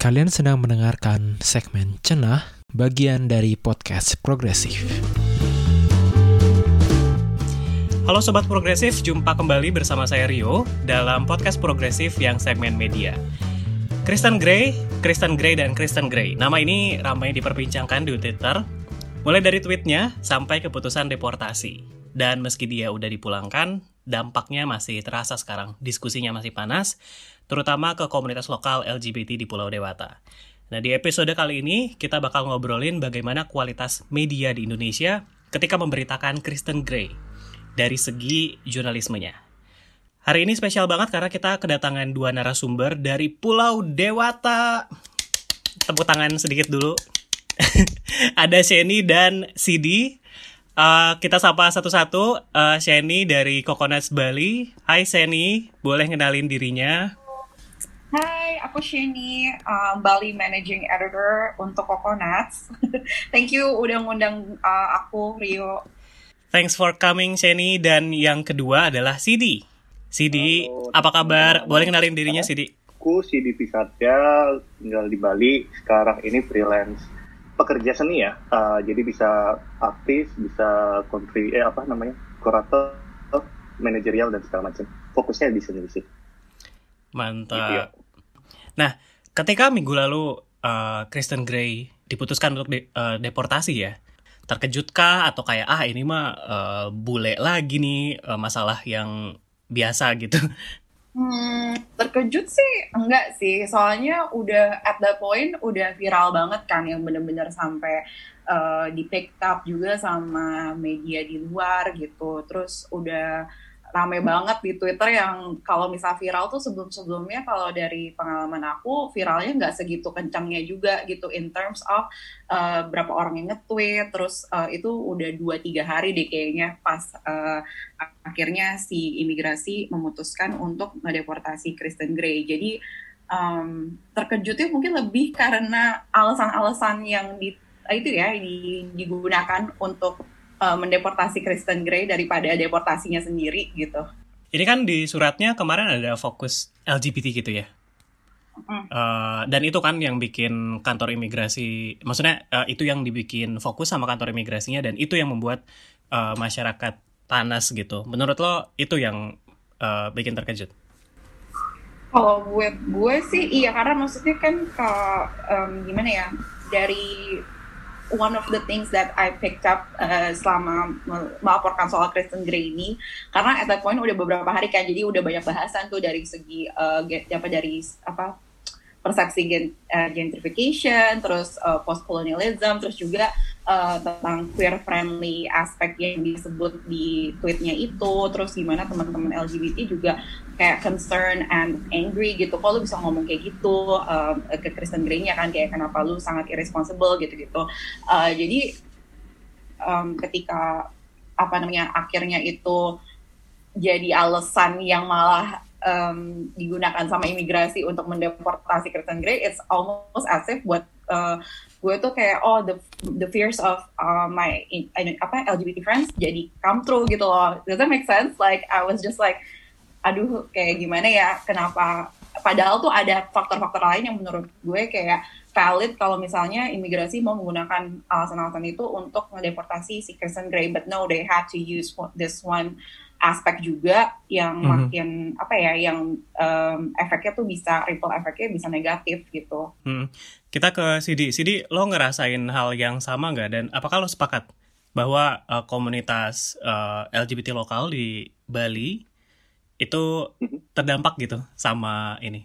Kalian sedang mendengarkan segmen Cenah, bagian dari podcast Progresif. Halo Sobat Progresif, jumpa kembali bersama saya Rio dalam podcast Progresif yang segmen media. Kristen Gray, dan Kristen Gray. Nama ini ramai diperbincangkan di Twitter, mulai dari tweetnya sampai keputusan deportasi. Dan meski dia udah dipulangkan, dampaknya masih terasa sekarang. Diskusinya masih panas, terutama ke komunitas lokal LGBT di Pulau Dewata. Nah, di episode kali ini kita bakal ngobrolin bagaimana kualitas media di Indonesia ketika memberitakan Kristen Gray dari segi jurnalismenya. Hari ini spesial banget karena kita kedatangan dua narasumber dari Pulau Dewata. Tepuk tangan sedikit dulu. Ada Sheni dan Sidi. Kita sapa satu-satu. Sheni dari Coconuts Bali. Hai Sheni, boleh ngenalin dirinya? Hai, aku Sheni, Bali Managing Editor untuk Coconuts. Thank you udah ngundang aku, Rio. Thanks for coming, Sheni. Dan yang kedua adalah Sidi. Sidi, halo, apa kabar? Boleh kenalin dirinya, Sidi? Aku Sidi Pisatya, tinggal di Bali. Sekarang ini freelance pekerja seni ya. Jadi bisa artis, bisa kurator, manajerial dan segala macam. Fokusnya di seni sih. Mantap. Gitu ya. Nah, ketika minggu lalu Kristen Gray diputuskan untuk deportasi ya, terkejutkah atau kayak ini mah bule lagi nih, masalah yang biasa gitu? Terkejut sih enggak sih, soalnya udah at that point udah viral banget kan, yang bener-bener sampai di pick up juga sama media di luar gitu. Terus udah rame banget di Twitter, yang kalau misal viral tuh sebelum-sebelumnya kalau dari pengalaman aku viralnya nggak segitu kencangnya juga gitu in terms of berapa orang yang nge-tweet. Terus itu udah 2-3 hari deh kayaknya pas akhirnya si imigrasi memutuskan untuk mendeportasi Kristen Gray. Jadi terkejutnya mungkin lebih karena alasan-alasan yang digunakan untuk mendeportasi Kristen Gray daripada deportasinya sendiri gitu. Ini kan di suratnya kemarin ada fokus LGBT gitu ya. Dan itu kan yang bikin kantor imigrasi, maksudnya itu yang dibikin fokus sama kantor imigrasinya, dan itu yang membuat masyarakat panas gitu. Menurut lo itu yang bikin terkejut? Kalau gue sih iya, karena maksudnya kan gimana ya, dari one of the things that I picked up selama melaporkan soal Kristen Gray ini, karena at that point udah beberapa hari kan, jadi udah banyak bahasan tuh dari segi persepsi gentrification, terus post-colonialism, terus juga tentang queer-friendly aspek yang disebut di tweetnya itu, terus gimana teman-teman LGBT juga kayak concern and angry gitu, kok lu bisa ngomong kayak gitu ke Kristen Gray-nya kan, kayak kenapa lu sangat irresponsible gitu-gitu. Jadi ketika akhirnya itu jadi alasan yang malah digunakan sama imigrasi untuk mendeportasi Kristen Gray, it's almost as if buat gue tuh kayak the fears of my LGBT friends jadi come true gitu loh. Does that make sense? Like I was just like, aduh kayak gimana ya, kenapa, padahal tuh ada faktor-faktor lain yang menurut gue kayak valid kalau misalnya imigrasi mau menggunakan alasan-alasan itu untuk mendeportasi si Kristen Gray, but no, they had to use this one aspek juga yang makin yang efeknya tuh bisa, ripple efeknya bisa negatif gitu. Kita ke Sidi, lo ngerasain hal yang sama nggak? Dan apakah lo sepakat bahwa komunitas LGBT lokal di Bali itu terdampak gitu sama ini?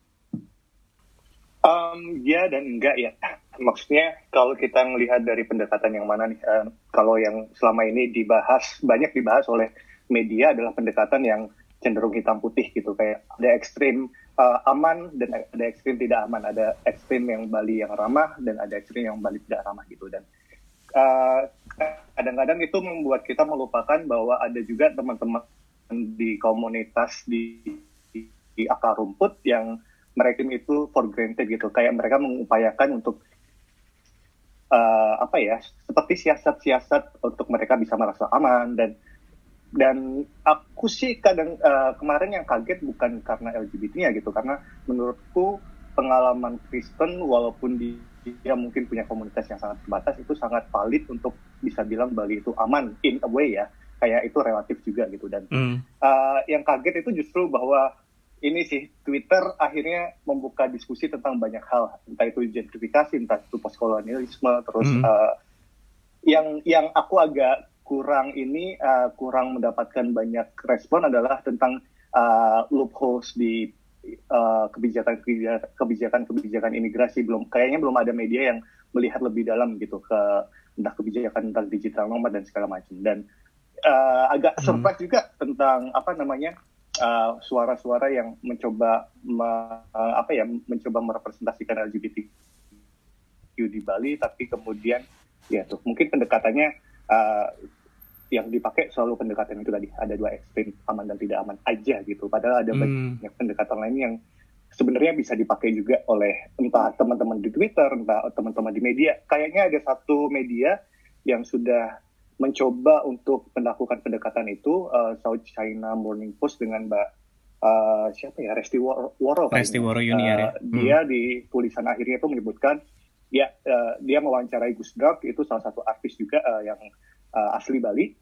Ya dan enggak ya. Maksudnya kalau kita melihat dari pendekatan yang mana nih, kalau yang selama ini banyak dibahas oleh media adalah pendekatan yang cenderung hitam putih gitu, kayak ada ekstrim aman dan ada ekstrim tidak aman, ada ekstrim yang Bali yang ramah dan ada ekstrim yang Bali tidak ramah gitu. Dan kadang-kadang itu membuat kita melupakan bahwa ada juga teman-teman di komunitas di akar rumput yang mereka itu for granted gitu, kayak mereka mengupayakan untuk seperti siasat-siasat untuk mereka bisa merasa aman. Dan aku sih kemarin yang kaget bukan karena LGBT-nya gitu, karena menurutku pengalaman Kristen walaupun dia mungkin punya komunitas yang sangat terbatas, itu sangat valid untuk bisa bilang Bali itu aman in a way ya, kayak itu relatif juga gitu. Dan yang kaget itu justru bahwa ini sih Twitter akhirnya membuka diskusi tentang banyak hal, entah itu gentrifikasi, entah itu postkolonialisme, terus yang aku agak kurang mendapatkan banyak respon adalah tentang loopholes di kebijakan imigrasi. Kayaknya belum ada media yang melihat lebih dalam gitu ke entah kebijakan tentang digital nomad dan segala macam. Dan agak surprise juga tentang suara-suara yang mencoba merepresentasikan LGBTQ di Bali, tapi kemudian ya tuh mungkin pendekatannya yang dipakai selalu pendekatan itu tadi, ada dua ekstrem, aman dan tidak aman aja gitu. Padahal ada banyak pendekatan lain yang sebenarnya bisa dipakai juga oleh entah teman-teman di Twitter, entah teman-teman di media. Kayaknya ada satu media yang sudah mencoba untuk melakukan pendekatan itu, South China Morning Post dengan Mbak Resti Woro Yuniar. Dia di tulisan akhirnya itu menyebutkan dia mewawancarai Gus Drak, itu salah satu artis juga yang asli Bali.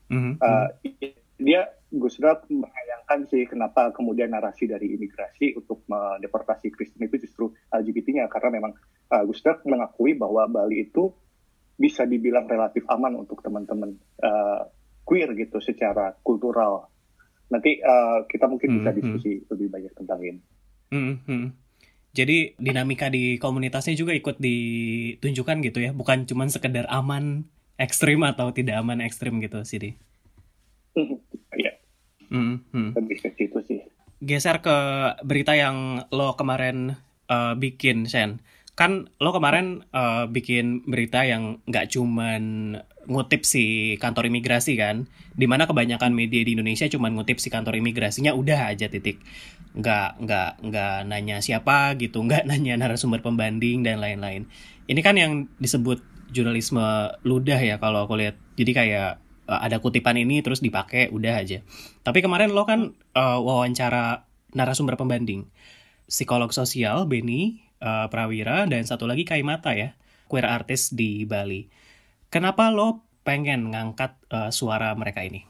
Gus Drak menyayangkan sih kenapa kemudian narasi dari imigrasi untuk mendeportasi Kristen itu justru LGBT-nya, karena memang Gus Drak mengakui bahwa Bali itu bisa dibilang relatif aman untuk teman-teman queer gitu secara kultural. Nanti kita mungkin bisa diskusi lebih banyak tentang ini. Jadi dinamika di komunitasnya juga ikut ditunjukkan gitu ya, bukan cuma sekedar aman ekstrim atau tidak aman ekstrim gitu sih. Iya. Lebih ke situ sih. Geser ke berita yang lo kemarin bikin, Sen. Kan lo kemarin bikin berita yang nggak cuman ngutip si kantor imigrasi kan, dimana kebanyakan media di Indonesia cuman ngutip si kantor imigrasinya udah aja titik, nggak nanya siapa gitu, nggak nanya narasumber pembanding dan lain-lain. Ini kan yang disebut jurnalisme ludah ya kalau aku lihat. Jadi kayak ada kutipan ini terus dipakai udah aja. Tapi kemarin lo kan wawancara narasumber pembanding, psikolog sosial Beni Prawira, dan satu lagi Kaimata ya, queer artist di Bali. Kenapa lo pengen ngangkat suara mereka ini?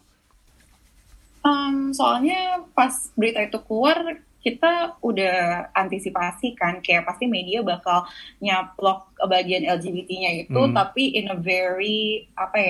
Soalnya pas berita itu keluar, kita udah antisipasi kan, kayak pasti media bakal nyaplok bagian LGBT-nya itu, tapi in a very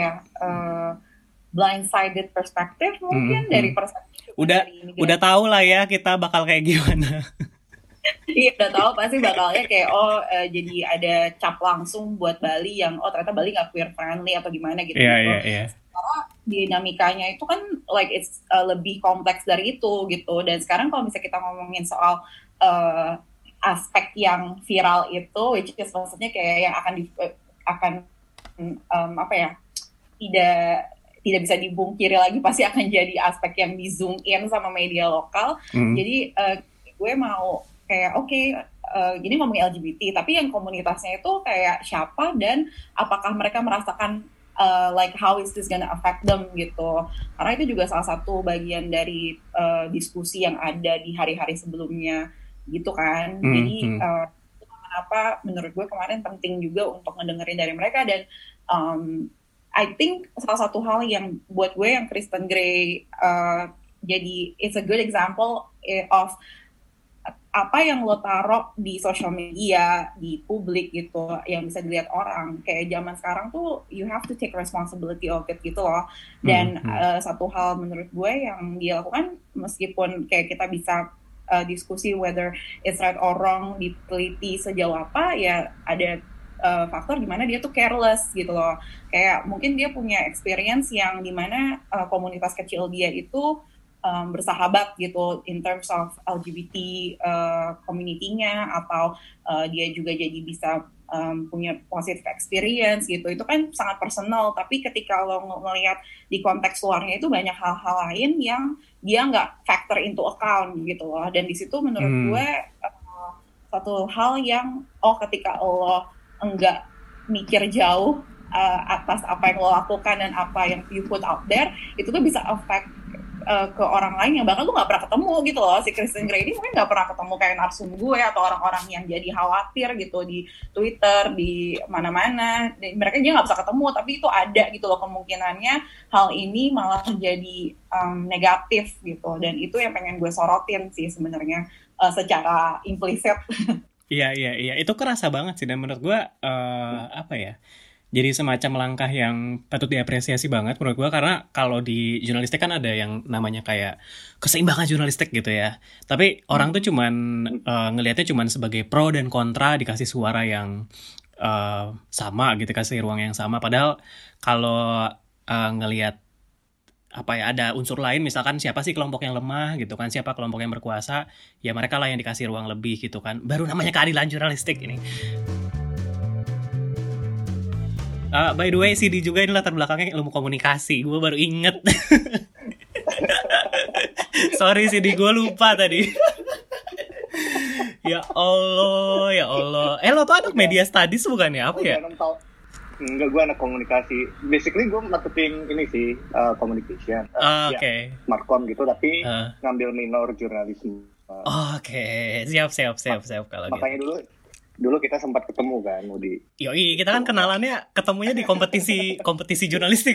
blindsided perspective mungkin dari perspektif udah tahu lah ya kita bakal kayak gimana. Iya, udah tahu pasti bakalnya kayak jadi ada cap langsung buat Bali yang ternyata Bali nggak queer friendly atau gimana gitu. Iya. Karena dinamikanya itu kan like it's lebih kompleks dari itu gitu. Dan sekarang kalau misalnya kita ngomongin soal aspek yang viral itu, which is maksudnya kayak yang tidak bisa dibungkiri lagi, pasti akan jadi aspek yang di zoom in sama media lokal. Jadi gue mau kayak gini ngomongin LGBT, tapi yang komunitasnya itu kayak siapa dan apakah mereka merasakan like how is this gonna affect them gitu. Karena itu juga salah satu bagian dari diskusi yang ada di hari-hari sebelumnya gitu kan. Jadi kenapa menurut gue kemarin penting juga untuk ngedengerin dari mereka. Dan I think salah satu hal yang buat gue yang Kristen Grey jadi it's a good example of apa yang lo taruh di social media, di publik gitu, yang bisa dilihat orang. Kayak zaman sekarang tuh you have to take responsibility of it gitu loh. Dan satu hal menurut gue yang dia lakukan, meskipun kayak kita bisa diskusi whether it's right or wrong, diteliti sejauh apa, ya ada faktor dimana dia tuh careless gitu loh. Kayak mungkin dia punya experience yang dimana komunitas kecil dia itu bersahabat gitu in terms of LGBT community-nya, atau dia juga jadi bisa punya positive experience gitu. Itu kan sangat personal, tapi ketika lo ngelihat di konteks luarnya itu banyak hal-hal lain yang dia nggak factor into account gitu loh. Dan di situ menurut gue satu hal yang ketika lo enggak mikir jauh atas apa yang lo lakukan dan apa yang you put out there, itu tuh bisa affect ke orang lain yang bahkan lu nggak pernah ketemu gitu loh. Si Kristen Gray ini mungkin nggak pernah ketemu kayak narsum gue atau orang-orang yang jadi khawatir gitu di Twitter, di mana-mana. Mereka dia nggak bisa ketemu, tapi itu ada gitu loh kemungkinannya hal ini malah jadi negatif gitu. Dan itu yang pengen gue sorotin sih sebenarnya secara implisit. Iya, itu kerasa banget sih, dan menurut gue apa ya? Jadi semacam langkah yang patut diapresiasi banget menurut gue, karena kalau di jurnalistik kan ada yang namanya kayak keseimbangan jurnalistik gitu ya. Tapi orang tuh cuman ngelihatnya cuman sebagai pro dan kontra, dikasih suara yang sama gitu, kasih ruang yang sama. Padahal kalau ngelihat apa ya, ada unsur lain, misalkan siapa sih kelompok yang lemah gitu kan, siapa kelompok yang berkuasa, ya mereka lah yang dikasih ruang lebih gitu kan. Baru namanya keadilan jurnalistik ini. By the way, CD juga ini latar belakangnya ilmu komunikasi. Gue baru inget. Sorry CD, gue lupa tadi. Ya Allah. Lo tuh anak media studies bukan ya? Apa ya? Enggak, gue anak komunikasi. Basically gue marketing ini sih, communication. Oke. Markom gitu, tapi ngambil minor jurnalisme. Oke. Siap kalau gitu. Makanya dulu kita sempat ketemu kan, Mudi. Yoi, kita kan kenalannya ketemunya di kompetisi jurnalistik.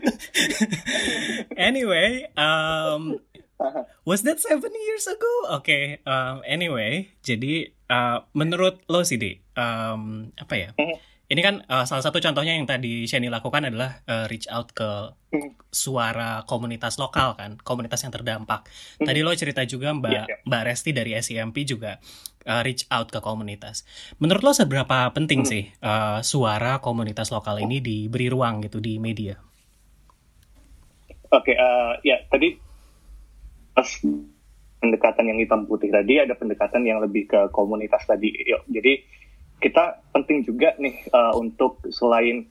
Anyway, was that 7 years ago? Oke, anyway, jadi menurut lo sih, apa ya? Ini kan salah satu contohnya yang tadi Shani lakukan adalah reach out ke suara komunitas lokal kan, komunitas yang terdampak. Tadi lo cerita juga Mbak Resti dari SCMP juga reach out ke komunitas. Menurut lo seberapa penting sih suara komunitas lokal ini diberi ruang gitu di media? Oke, ya tadi pas pendekatan yang hitam putih tadi ada pendekatan yang lebih ke komunitas tadi. Jadi kita penting juga nih untuk selain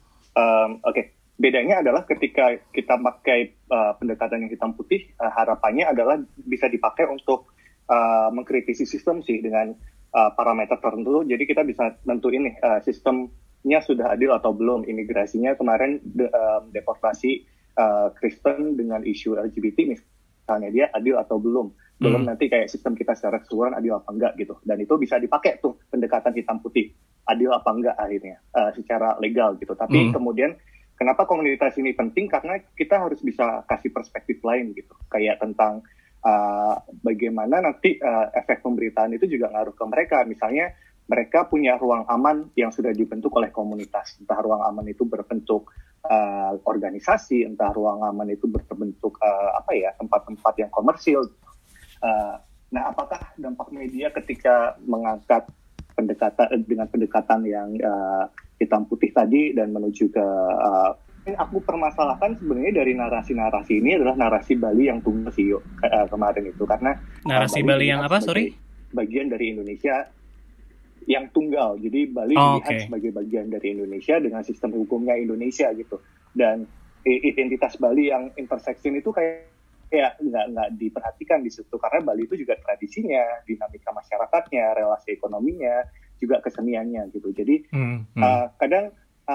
bedanya adalah ketika kita pakai pendekatan yang hitam putih, harapannya adalah bisa dipakai untuk mengkritisi sistem sih dengan parameter tertentu. Jadi kita bisa nentuin nih sistemnya sudah adil atau belum. Imigrasinya kemarin deportasi Kristen dengan isu LGBT misalnya, dia adil atau belum. Belum nanti kayak sistem kita secara keseluruhan adil apa enggak gitu. Dan itu bisa dipakai tuh pendekatan hitam putih, adil apa enggak akhirnya secara legal gitu. Tapi kemudian kenapa komunitas ini penting? Karena kita harus bisa kasih perspektif lain gitu. Kayak tentang bagaimana nanti efek pemberitaan itu juga ngaruh ke mereka. Misalnya mereka punya ruang aman yang sudah dibentuk oleh komunitas. Entah ruang aman itu berbentuk organisasi, entah ruang aman itu berbentuk tempat-tempat yang komersil. Nah, apakah dampak media ketika mengangkat pendekatan yang hitam putih tadi dan menuju ke aku permasalahkan sebenarnya dari narasi ini adalah narasi Bali yang tunggal sih kemarin itu, karena narasi Bali yang apa? Sorry? Bagian dari Indonesia yang tunggal. Jadi Bali dilihat sebagai bagian dari Indonesia dengan sistem hukumnya Indonesia gitu. Dan identitas Bali yang intersection itu kayak nggak diperhatikan di situ, karena Bali itu juga tradisinya, dinamika masyarakatnya, relasi ekonominya, juga keseniannya gitu. Jadi kadang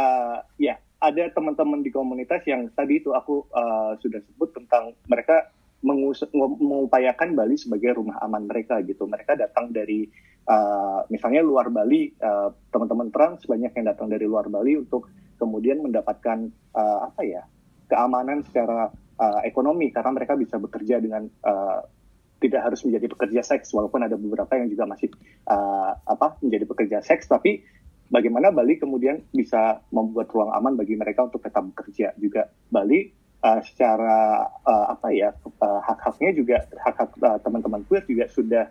ada teman-teman di komunitas yang tadi itu aku sudah sebut tentang mereka mengupayakan Bali sebagai rumah aman mereka gitu. Mereka datang dari misalnya luar Bali, teman-teman trans banyak yang datang dari luar Bali untuk kemudian mendapatkan keamanan secara ekonomi, karena mereka bisa bekerja dengan tidak harus menjadi pekerja seks, walaupun ada beberapa yang juga masih menjadi pekerja seks, tapi bagaimana Bali kemudian bisa membuat ruang aman bagi mereka untuk tetap bekerja juga. Bali secara hak-haknya juga, hak-hak teman-teman queer juga sudah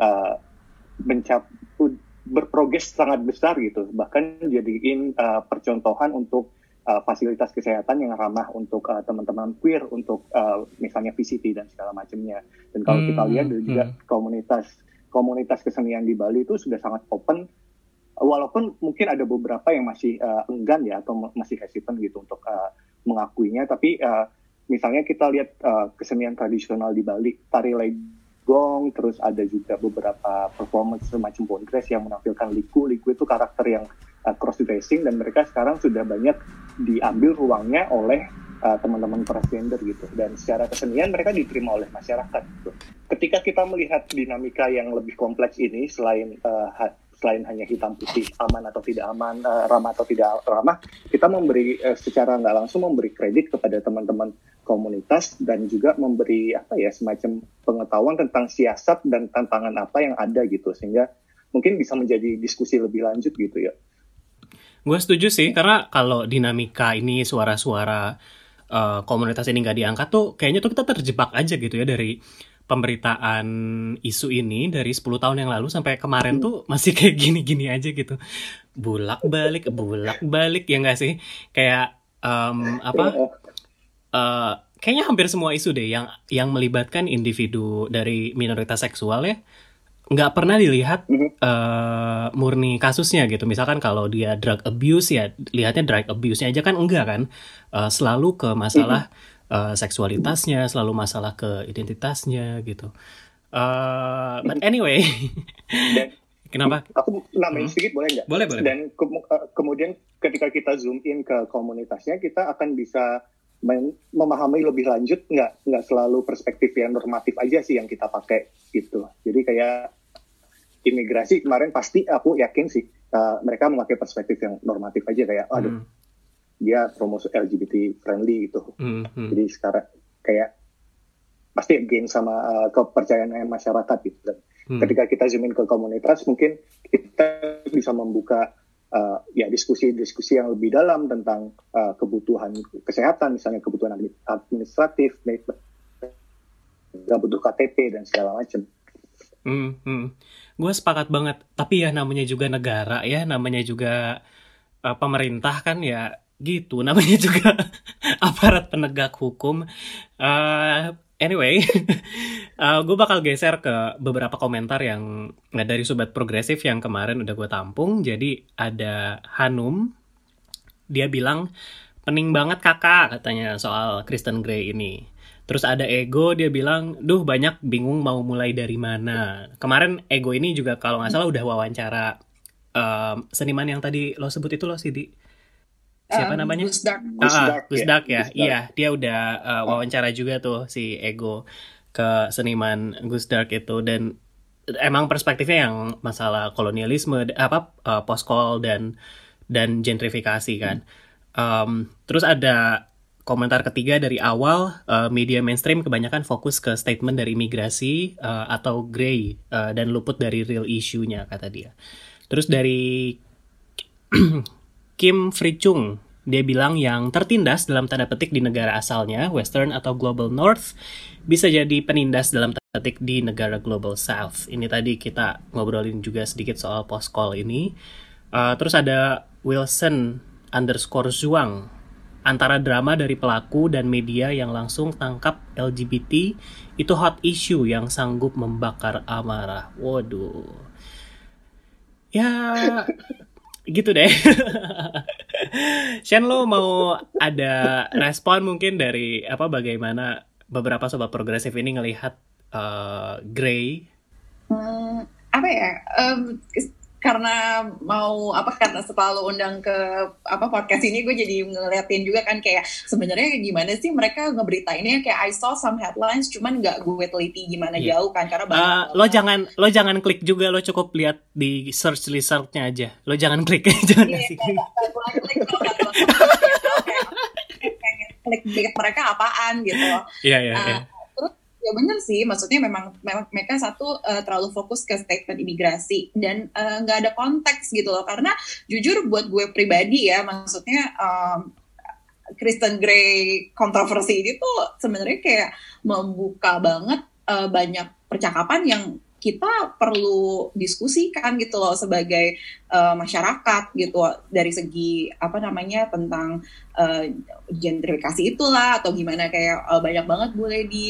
berprogres sangat besar gitu, bahkan jadiin percontohan untuk fasilitas kesehatan yang ramah untuk teman-teman queer, untuk misalnya VCT dan segala macamnya. Dan kalau kita lihat juga komunitas kesenian di Bali itu sudah sangat open, walaupun mungkin ada beberapa yang masih enggan ya, atau masih hesitant gitu untuk mengakuinya. Tapi misalnya kita lihat kesenian tradisional di Bali, tari legong, terus ada juga beberapa performance semacam bondress yang menampilkan liku. Liku itu karakter yang cross dressing, dan mereka sekarang sudah banyak diambil ruangnya oleh teman-teman transgender gitu, dan secara kesenian mereka diterima oleh masyarakat gitu. Ketika kita melihat dinamika yang lebih kompleks ini, selain hanya hitam putih, aman atau tidak aman, ramah atau tidak ramah, kita memberi secara nggak langsung memberi kredit kepada teman-teman komunitas dan juga memberi semacam pengetahuan tentang siasat dan tantangan apa yang ada gitu, sehingga mungkin bisa menjadi diskusi lebih lanjut gitu ya. Gue setuju sih, karena kalau dinamika ini, suara-suara komunitas ini nggak diangkat tuh kayaknya tuh kita terjebak aja gitu ya dari pemberitaan isu ini dari 10 tahun yang lalu sampai kemarin tuh masih kayak gini-gini aja gitu, bulak-balik ya nggak sih, kayak kayaknya hampir semua isu deh yang melibatkan individu dari minoritas seksual ya nggak pernah dilihat murni kasusnya gitu. Misalkan kalau dia drug abuse ya lihatnya drug abuse-nya aja kan, enggak kan, selalu ke masalah seksualitasnya, selalu masalah ke identitasnya gitu. But anyway, kenapa? Aku nambahin sedikit boleh nggak? Boleh. Dan kemudian ketika kita zoom in ke komunitasnya, kita akan bisa memahami lebih lanjut, nggak selalu perspektif yang normatif aja sih yang kita pakai gitu. Jadi kayak imigrasi kemarin pasti aku yakin sih mereka memakai perspektif yang normatif aja, kayak dia promosi LGBT friendly gitu. Jadi sekarang kayak pasti gain sama kepercayaan masyarakat gitu. Dan ketika kita zoom in ke komunitas, mungkin kita bisa membuka diskusi-diskusi yang lebih dalam tentang kebutuhan kesehatan, misalnya kebutuhan administratif, nggak butuh KTP dan segala macam. Gue sepakat banget. Tapi ya namanya juga negara ya, namanya juga pemerintah kan ya gitu, namanya juga aparat penegak hukum. Anyway, gue bakal geser ke beberapa komentar yang dari Sobat Progresif yang kemarin udah gue tampung. Jadi ada Hanum, dia bilang, pening banget kakak katanya soal Kristen Grey ini. Terus ada Ego, dia bilang, duh banyak bingung mau mulai dari mana. Kemarin Ego ini juga kalau nggak salah udah wawancara seniman yang tadi lo sebut itu lo Sidi. Siapa namanya? Gus Dak ya. Iya, dia udah wawancara juga tuh si Ego ke seniman Gus Dak itu, dan emang perspektifnya yang masalah kolonialisme, post-kol dan gentrifikasi kan. Terus ada komentar ketiga dari awal, media mainstream kebanyakan fokus ke statement dari imigrasi atau grey dan luput dari real issue-nya kata dia. Terus dari Kim Frichung, dia bilang yang tertindas dalam tanda petik di negara asalnya, Western atau Global North, bisa jadi penindas dalam tanda petik di negara Global South. Ini tadi kita ngobrolin juga sedikit soal post-call ini. Terus ada Wilson_Zuang, antara drama dari pelaku dan media yang langsung tangkap LGBT, itu hot issue yang sanggup membakar amarah. Waduh. Ya... gitu deh. Shen, lo mau ada respon mungkin dari bagaimana beberapa sobat progresif ini ngelihat Grey? Karena selalu undang ke podcast ini, gue jadi ngeliatin juga kan kayak sebenarnya gimana sih mereka ngeberitainnya, kayak I saw some headlines cuman nggak gue teliti gimana jauh kan, karena banyak lo jangan klik juga, lo cukup lihat di search resultnya aja, lo jangan klik. Jangan kasih klik mereka apaan gitu. Iya. Ya benar sih, maksudnya memang mereka terlalu fokus ke statement imigrasi dan nggak ada konteks gitu loh. Karena jujur buat gue pribadi ya, maksudnya Kristen Grey kontroversi ini tuh sebenarnya kayak membuka banget banyak percakapan yang kita perlu diskusikan gitu loh sebagai masyarakat gitu, dari segi tentang gentrifikasi itulah atau gimana, kayak banyak banget boleh di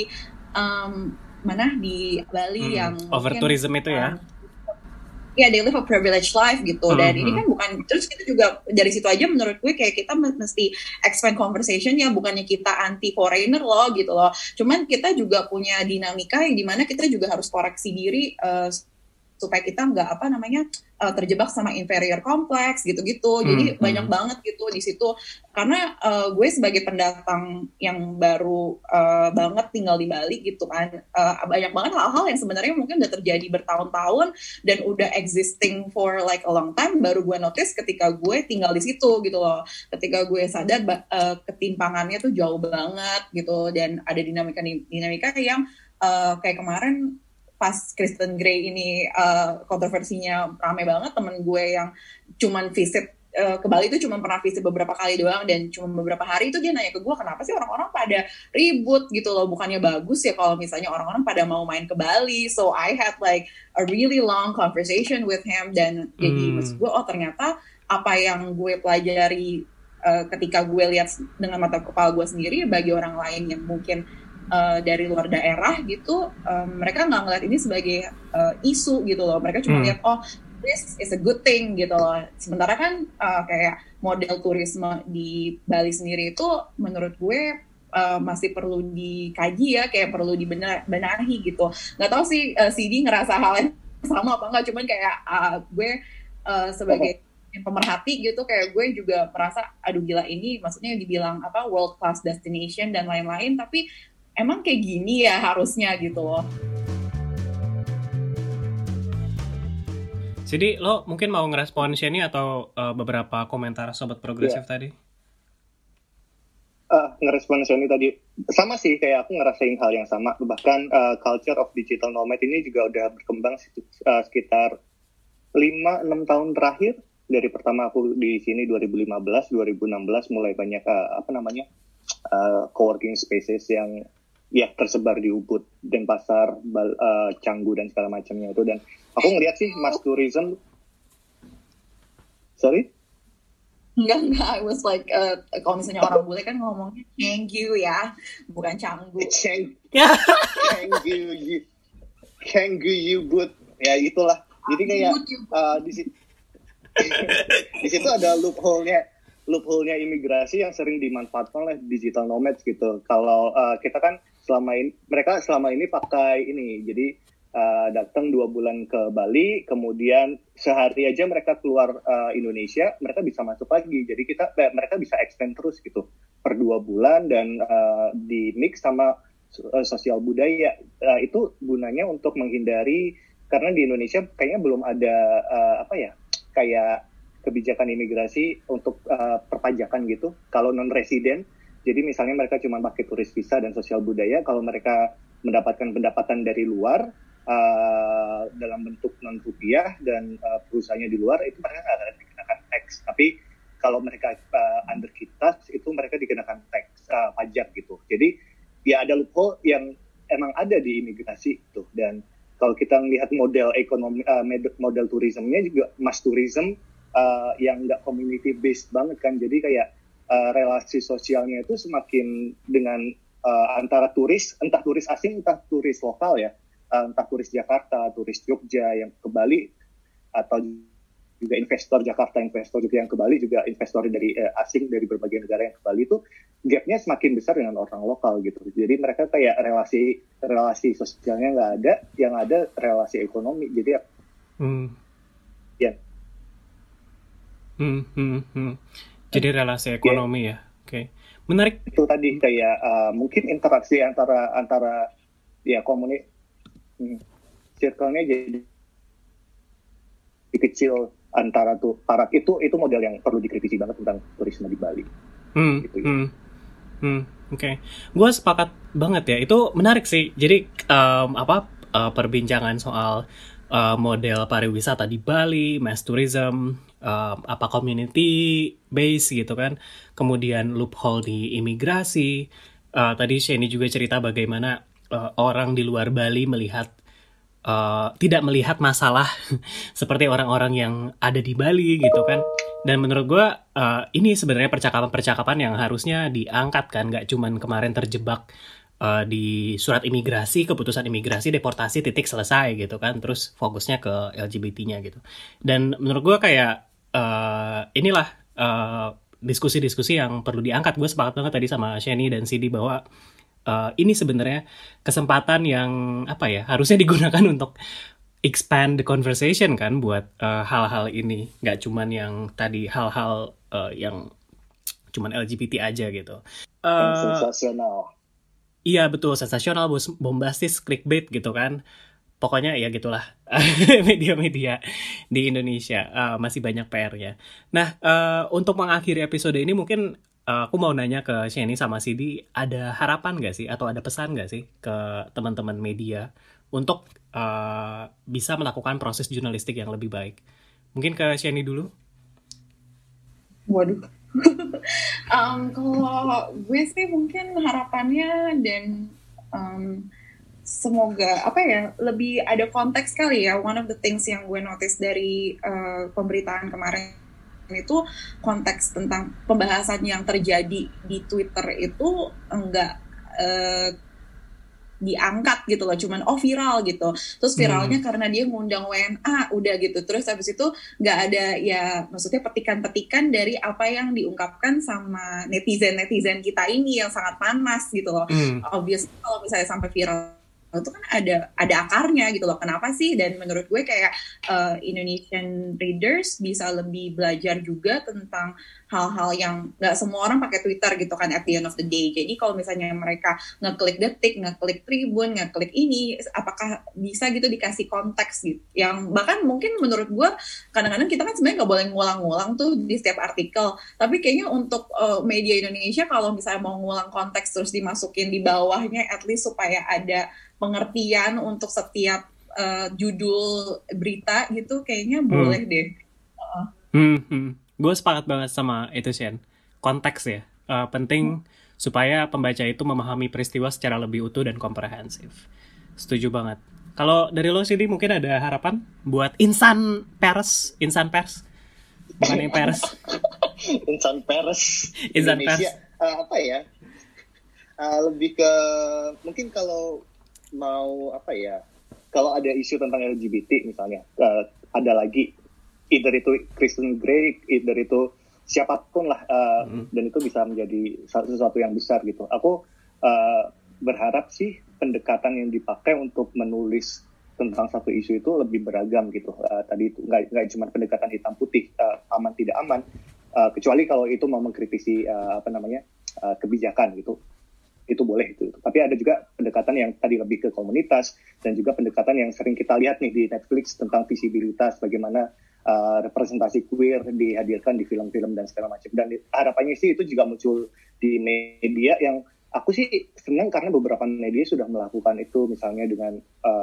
di Bali yang over tourism itu ya. Ya, they live a privileged life gitu. Dan ini kan bukan, terus kita juga dari situ aja menurut gue kayak kita mesti expand conversation ya, bukannya kita anti foreigner loh gitu loh. Cuman kita juga punya dinamika yang dimana kita juga harus koreksi diri supaya kita nggak terjebak sama inferior complex gitu-gitu. Jadi banyak banget gitu di situ. Karena gue sebagai pendatang yang baru banget tinggal di Bali gitu kan, banyak banget hal-hal yang sebenarnya mungkin udah terjadi bertahun-tahun dan udah existing for like a long time, baru gue notice ketika gue tinggal di situ gitu loh. Ketika gue sadar ketimpangannya tuh jauh banget gitu, dan ada dinamika yang kayak kemarin pas Kristen Gray ini kontroversinya rame banget. Temen gue yang cuman visit ke Bali itu cuma pernah visit beberapa kali doang dan cuma beberapa hari, itu dia nanya ke gue, kenapa sih orang-orang pada ribut gitu loh, bukannya bagus ya kalau misalnya orang-orang pada mau main ke Bali. So I had like a really long conversation with him, dan jadi maksud gue, oh ternyata apa yang gue pelajari ketika gue lihat dengan mata kepala gue sendiri, bagi orang lain yang mungkin dari luar daerah gitu, mereka nggak ngeliat ini sebagai isu gitu loh. Mereka cuma lihat, oh this is a good thing gitu loh. Sementara kan kayak model turisme di Bali sendiri itu menurut gue masih perlu dikaji ya, kayak perlu dibenahi gitu. Nggak tahu sih CD ngerasa hal yang sama apa enggak, cuman kayak gue sebagai pemerhati gitu, kayak gue juga merasa aduh gila, ini maksudnya dibilang apa world class destination dan lain-lain, tapi emang kayak gini ya harusnya gitu loh. Jadi lo mungkin mau ngerespon Shani atau beberapa komentar Sobat Progresif tadi? Ngerespon Shani tadi sama sih, kayak aku ngerasain hal yang sama. Bahkan culture of digital nomad ini juga udah berkembang sekitar 5-6 tahun terakhir. Dari pertama aku di sini 2015-2016 mulai banyak co-working spaces yang ya tersebar di Ubud, Denpasar, Canggu dan segala macamnya itu. Dan aku ngeliat sih mass tourism. Sorry? Enggak, I was like kalau misalnya orang bule kan ngomongnya Canggu ya, bukan Canggu. Canggu Ubud, ya itulah. Jadi kayak di situ ada loophole-nya imigrasi yang sering dimanfaatkan oleh digital nomads gitu. Kalau kita kan mereka selama ini pakai ini, jadi datang 2 bulan ke Bali, kemudian sehari aja mereka keluar Indonesia, mereka bisa masuk lagi. Jadi mereka bisa extend terus gitu per 2 bulan dan di mix sama sosial budaya. Itu gunanya untuk menghindari, karena di Indonesia kayaknya belum ada kayak kebijakan imigrasi untuk perpajakan gitu kalau non-resident. Jadi misalnya mereka cuma pakai turis visa dan sosial budaya, kalau mereka mendapatkan pendapatan dari luar dalam bentuk non-rupiah dan perusahaannya di luar, itu mereka nggak akan dikenakan tax. Tapi kalau mereka under kita, itu mereka dikenakan tax, pajak gitu. Jadi ya ada loophole yang emang ada di imigrasi itu. Dan kalau kita melihat model ekonomi, model turismenya juga mass tourism yang nggak community based banget kan. Jadi kayak relasi sosialnya itu semakin dengan antara turis, entah turis asing, entah turis lokal ya, entah turis Jakarta, turis Jogja yang ke Bali, atau juga investor Jakarta, investor Jogja yang ke Bali, juga investor dari asing dari berbagai negara yang ke Bali, itu gapnya semakin besar dengan orang lokal gitu. Jadi mereka kayak relasi sosialnya nggak ada, yang ada relasi ekonomi. Jadi ya. Jadi relasi ekonomi ya. Oke. Menarik. Itu tadi kayak mungkin interaksi antara ya circle-nya jadi kecil antara tuh para itu model yang perlu dikritisi banget tentang turisme di Bali. Gitu, ya. Oke. Gue sepakat banget ya. Itu menarik sih. Jadi perbincangan soal model pariwisata di Bali, mass tourism, community base gitu kan, kemudian loophole di imigrasi. Tadi Shani juga cerita bagaimana orang di luar Bali tidak melihat masalah seperti orang-orang yang ada di Bali gitu kan. Dan menurut gue ini sebenarnya percakapan-percakapan yang harusnya diangkat kan, nggak cuman kemarin terjebak di surat imigrasi, keputusan imigrasi, deportasi, titik, selesai gitu kan, terus fokusnya ke LGBT-nya gitu. Dan menurut gue kayak inilah diskusi-diskusi yang perlu diangkat. Gue sepakat banget tadi sama Shani dan Sidi bahwa ini sebenarnya kesempatan yang harusnya digunakan untuk expand the conversation kan buat hal-hal ini, nggak cuman yang tadi hal-hal yang cuman LGBT aja gitu. Sensasional. Iya betul, sensasional, bombastis, clickbait gitu kan. Pokoknya ya gitulah media-media di Indonesia masih banyak PR-nya. Nah, untuk mengakhiri episode ini mungkin aku mau nanya ke Sheni sama Sidi, ada harapan nggak sih atau ada pesan nggak sih ke teman-teman media untuk bisa melakukan proses jurnalistik yang lebih baik? Mungkin ke Sheni dulu. Waduh. Kalau gue sih mungkin harapannya dan semoga lebih ada konteks kali ya. One of the things yang gue notice dari pemberitaan kemarin itu konteks tentang pembahasan yang terjadi di Twitter itu enggak diangkat gitu loh, cuman viral gitu. Terus viralnya karena dia ngundang WNA, udah gitu. Terus habis itu nggak ada ya, maksudnya petikan-petikan dari apa yang diungkapkan sama netizen kita ini yang sangat panas gitu loh. Obviously kalau misalnya sampai viral itu kan ada akarnya gitu loh. Kenapa sih? Dan menurut gue kayak Indonesian readers bisa lebih belajar juga tentang hal-hal yang nggak semua orang pakai Twitter gitu kan at the end of the day. Jadi kalau misalnya mereka ngeklik Detik, ngeklik Tribun, ngeklik ini, apakah bisa gitu dikasih konteks gitu? Yang bahkan mungkin menurut gue kadang-kadang kita kan sebenarnya nggak boleh ngulang-ngulang tuh di setiap artikel. Tapi kayaknya untuk media Indonesia kalau misalnya mau ngulang konteks terus dimasukin di bawahnya, at least supaya ada pengertian untuk setiap judul berita gitu, kayaknya boleh deh. Gue sepakat banget sama itu, Shen. Konteks ya, penting supaya pembaca itu memahami peristiwa secara lebih utuh dan komprehensif. Setuju banget. Kalau dari lo, Sidi, mungkin ada harapan buat insan pers, bukan yang pers. Insan pers Indonesia. Apa ya? Lebih ke mungkin kalau mau kalau ada isu tentang LGBT misalnya, ada lagi either itu Kristen Grey, either itu siapapun lah, dan itu bisa menjadi sesuatu yang besar gitu. Aku berharap sih pendekatan yang dipakai untuk menulis tentang satu isu itu lebih beragam gitu. Tadi itu nggak cuma pendekatan hitam putih, aman tidak aman, kecuali kalau itu mau mengkritisi kebijakan gitu. Itu boleh itu. Tapi ada juga pendekatan yang tadi lebih ke komunitas, dan juga pendekatan yang sering kita lihat nih di Netflix tentang visibilitas, bagaimana representasi queer dihadirkan di film-film dan segala macam. Dan harapannya sih itu juga muncul di media, yang aku sih senang karena beberapa media sudah melakukan itu, misalnya dengan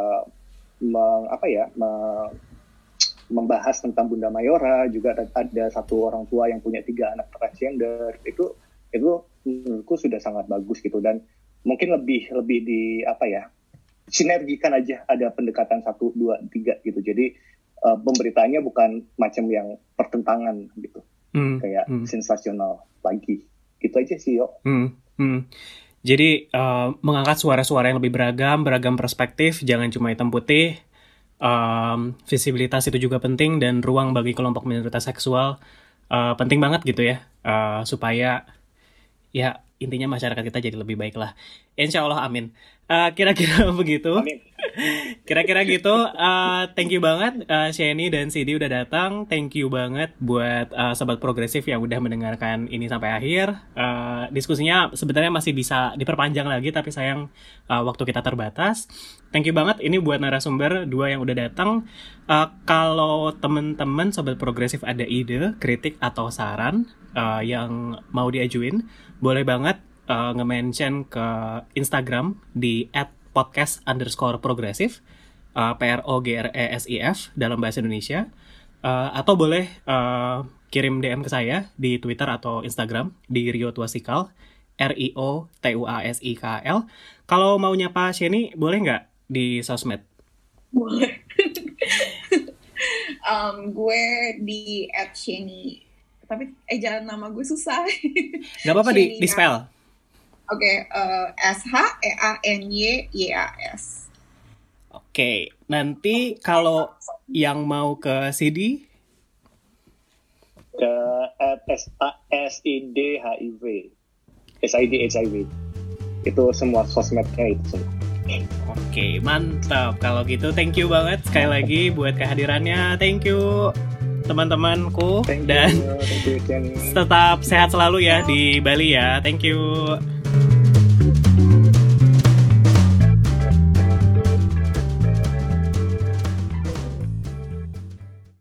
membahas tentang Bunda Mayora. Juga ada satu orang tua yang punya 3 anak transgender. Itu menurutku sudah sangat bagus gitu, dan mungkin lebih di sinergikan aja, ada pendekatan 1, 2, 3 gitu. Jadi pemberitaannya bukan macam yang pertentangan gitu, kayak sensasional lagi. Gitu aja sih, yo. Jadi mengangkat suara-suara yang lebih beragam perspektif, jangan cuma hitam putih. Visibilitas itu juga penting, dan ruang bagi kelompok minoritas seksual penting banget gitu ya, supaya ya intinya masyarakat kita jadi lebih baik lah. Insya Allah, amin. Kira-kira begitu. Amin. Kira-kira gitu. Thank you banget Sheni dan Sidi udah datang. Thank you banget buat Sobat Progresif yang udah mendengarkan ini sampai akhir. Diskusinya sebenarnya masih bisa diperpanjang lagi, tapi sayang waktu kita terbatas. Thank you banget. Ini buat narasumber 2 yang udah datang. Kalau teman-teman Sobat Progresif ada ide, kritik atau saran yang mau diajuin, boleh banget nge-mention ke Instagram di @podcast_progresif, PROGRESIF dalam bahasa Indonesia, atau boleh kirim DM ke saya di Twitter atau Instagram di Rio Tuasikal, RIOTUASIKL. Kalau mau nyapa Sheni, boleh nggak di sosmed? Boleh. Gue di @Sheni, tapi jangan nama gue susah. Gak apa-apa, di spell. Oke, SHEANYYAS. Oke, nanti kalau yang mau ke CD, ke SIDHIV, itu semua sosmednya itu semua. Oke, mantap. Kalau gitu thank you banget sekali lagi buat kehadirannya. Thank you teman-temanku. Thank you, Dan Jenny. tetap sehat selalu ya di Bali ya. Thank you.